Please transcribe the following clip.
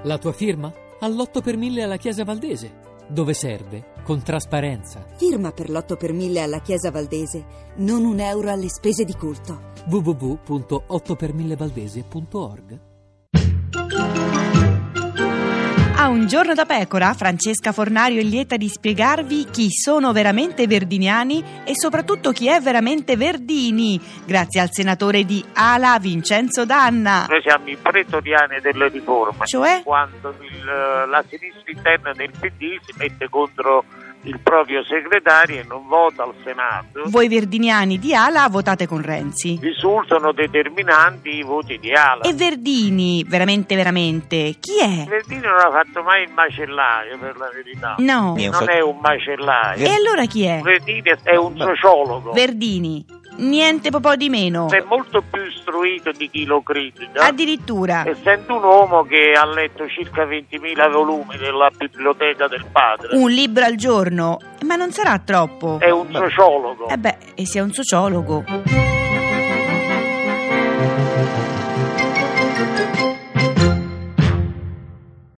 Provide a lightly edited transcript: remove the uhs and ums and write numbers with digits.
La tua firma? All'8 per 1000 alla Chiesa Valdese. Dove serve? Con trasparenza. Firma per l'8 per 1000 alla Chiesa Valdese. Non €1 alle spese di culto. www.8per1000valdese.org. A Un giorno da pecora, Francesca Fornario è lieta di spiegarvi chi sono veramente verdiniani e soprattutto chi è veramente Verdini, grazie al senatore di AL-A Vincenzo D'Anna. Noi siamo i pretoriani delle riforme, Cioè? quando la sinistra interna del PD si mette contro il proprio segretario e non vota al Senato. Voi verdiniani di AL-A votate con Renzi. Risultano determinanti i voti di AL-A. E Verdini, veramente, chi è? Verdini non ha fatto mai il macellaio, per la verità. No. Non è un macellaio. E allora chi è? Verdini è un sociologo. Verdini, niente po' di meno. È molto più istruito di chi lo critica. Addirittura. Essendo un uomo che ha letto circa 20.000 volumi della biblioteca del padre. Un libro al giorno, ma non sarà troppo. È un sociologo. E se è un sociologo.